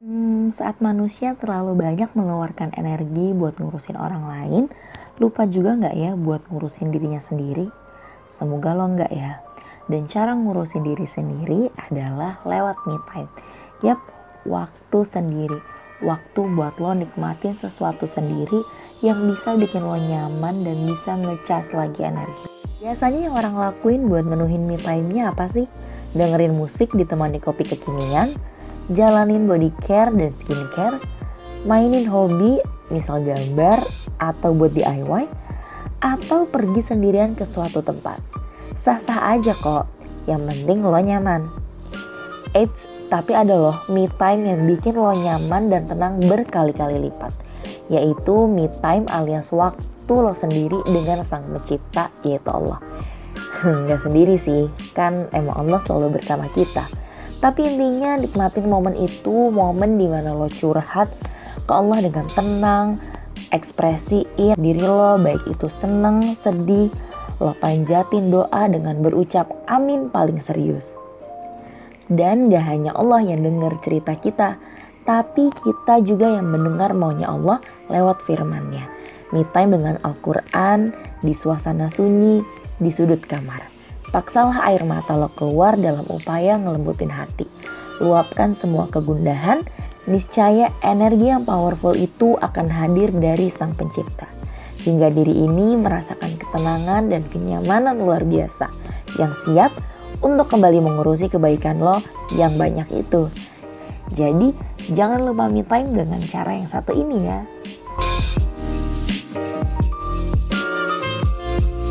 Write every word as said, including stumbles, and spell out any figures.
Hmm, saat manusia terlalu banyak mengeluarkan energi buat ngurusin orang lain, lupa juga nggak ya buat ngurusin dirinya sendiri? Semoga lo nggak ya. Dan cara ngurusin diri sendiri adalah lewat me time. Yap, waktu sendiri. Waktu buat lo nikmatin sesuatu sendiri yang bisa bikin lo nyaman dan bisa nge-charge lagi energi. Biasanya yang orang lakuin buat menuhin me time-nya apa sih? Dengerin musik ditemani kopi kekinian, jalanin body care dan skincare, mainin hobi misal gambar atau buat D I Y, atau pergi sendirian ke suatu tempat. Sah-sah aja kok, yang penting lo nyaman. Eits, tapi ada loh me time yang bikin lo nyaman dan tenang berkali-kali lipat, yaitu me time alias waktu lo sendiri dengan sang pencipta, yaitu Allah. Nggak sendiri sih, kan emang Allah selalu bersama kita. Tapi intinya nikmatin momen itu, momen dimana lo curhat ke Allah dengan tenang, ekspresiin diri lo, baik itu seneng, sedih, lo panjatin doa dengan berucap amin paling serius. Dan gak hanya Allah yang dengar cerita kita, tapi kita juga yang mendengar maunya Allah lewat firman-Nya. Me time dengan Al-Quran, di suasana sunyi, di sudut kamar. Paksalah air mata lo keluar dalam upaya ngelembutin hati. Luapkan semua kegundahan, niscaya energi yang powerful itu akan hadir dari Sang Pencipta. Hingga diri ini merasakan ketenangan dan kenyamanan luar biasa yang siap untuk kembali mengurusi kebaikan lo yang banyak itu. Jadi jangan lupa me time dengan cara yang satu ini ya.